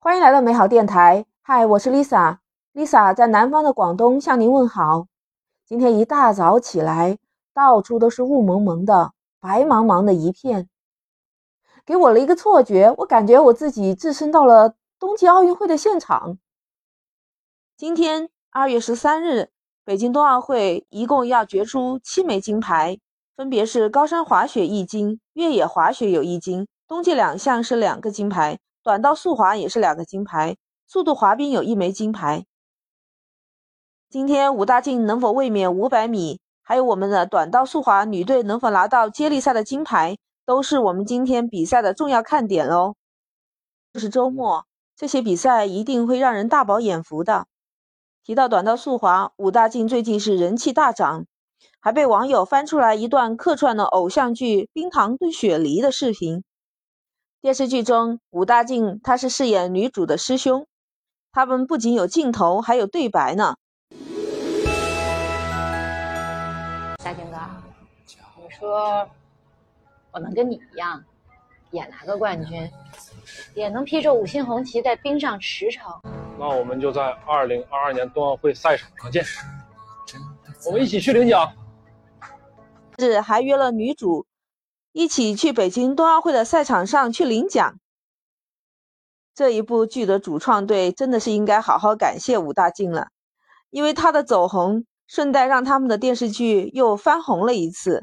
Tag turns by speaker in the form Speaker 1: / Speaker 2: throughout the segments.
Speaker 1: 欢迎来到美好电台。嗨，我是 Lisa。Lisa 在南方的广东向您问好。今天一大早起来，到处都是雾蒙蒙的，白茫茫的一片，给我了一个错觉，我感觉我自己置身到了冬季奥运会的现场。今天2月13日，北京冬奥会一共要决出7枚金牌，分别是高山滑雪1金，越野滑雪有1金，冬季2项是2个金牌，短道速滑也是2个金牌，速度滑冰有1枚金牌。今天武大靖能否卫冕500米，还有我们的短道速滑女队能否拿到接力赛的金牌，都是我们今天比赛的重要看点哦。这是周末，这些比赛一定会让人大饱眼福的。提到短道速滑，武大靖最近是人气大涨，还被网友翻出来一段客串了偶像剧《冰糖炖雪梨》的视频。电视剧中，武大靖他是饰演女主的师兄，他们不仅有镜头，还有对白呢。
Speaker 2: 大靖哥，你说我能跟你一样，也拿个冠军，也能披着5星红旗在冰上驰骋，
Speaker 3: 那我们就在2022年冬奥会赛场上见，我们一起去领奖。
Speaker 1: 还约了女主一起去北京冬奥会的赛场上去领奖。这一部剧的主创队真的是应该好好感谢武大靖了，因为他的走红顺带让他们的电视剧又翻红了一次。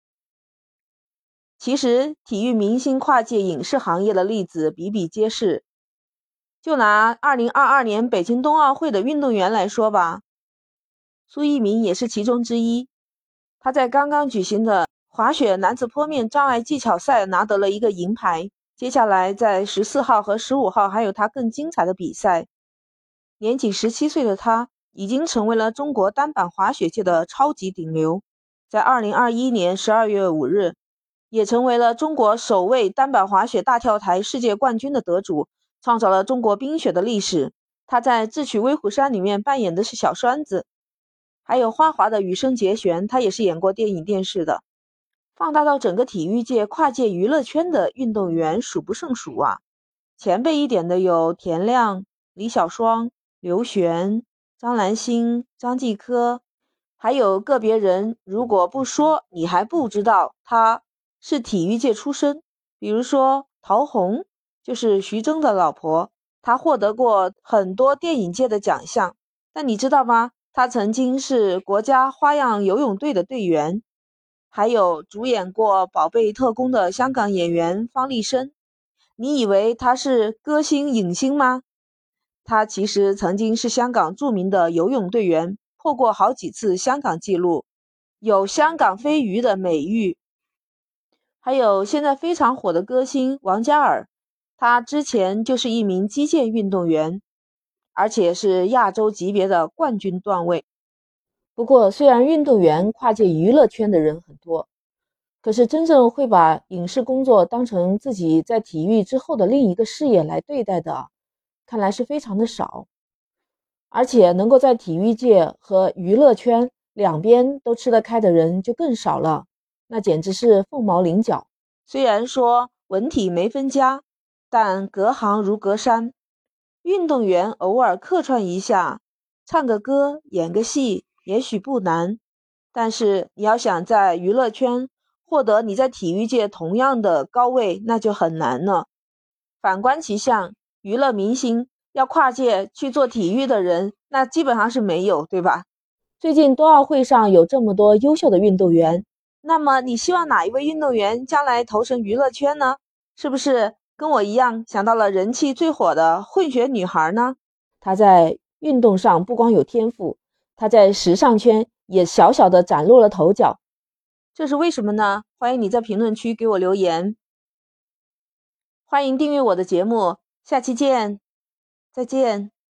Speaker 1: 其实体育明星跨界影视行业的例子比比皆是，就拿2022年北京冬奥会的运动员来说吧，苏翊鸣也是其中之一。他在刚刚举行的滑雪男子坡面障碍技巧赛拿得了一个银牌，接下来在14号和15号还有他更精彩的比赛。年仅17岁的他已经成为了中国单板滑雪界的超级顶流，在2021年12月5日也成为了中国首位单板滑雪大跳台世界冠军的得主，创造了中国冰雪的历史。他在《智取威虎山》里面扮演的是小栓子，还有花滑的羽生结弦，他也是演过电影电视的。放大到整个体育界跨界娱乐圈的运动员数不胜数啊，前辈一点的有田亮、李小双、刘璇、张兰星、张继科，还有个别人如果不说你还不知道他是体育界出身，比如说陶虹，就是徐峥的老婆，她获得过很多电影界的奖项，但你知道吗？她曾经是国家花样游泳队的队员。还有主演过《宝贝特工》的香港演员方力申，你以为他是歌星影星吗？他其实曾经是香港著名的游泳队员，破过好几次香港纪录，有香港飞鱼的美誉。还有现在非常火的歌星王嘉尔，他之前就是一名击剑运动员，而且是亚洲级别的冠军段位。不过虽然运动员跨界娱乐圈的人很多，可是真正会把影视工作当成自己在体育之后的另一个事业来对待的，看来是非常的少。而且能够在体育界和娱乐圈两边都吃得开的人就更少了，那简直是凤毛麟角。虽然说文体没分家，但隔行如隔山，运动员偶尔客串一下，唱个歌，演个戏也许不难，但是你要想在娱乐圈获得你在体育界同样的高位，那就很难了。反观其项，娱乐明星要跨界去做体育的人，那基本上是没有，对吧？最近冬奥会上有这么多优秀的运动员，那么你希望哪一位运动员将来投身娱乐圈呢？是不是跟我一样想到了人气最火的混血女孩呢？她在运动上不光有天赋，她在时尚圈也小小的崭露了头角，这是为什么呢？欢迎你在评论区给我留言，欢迎订阅我的节目，下期见，再见。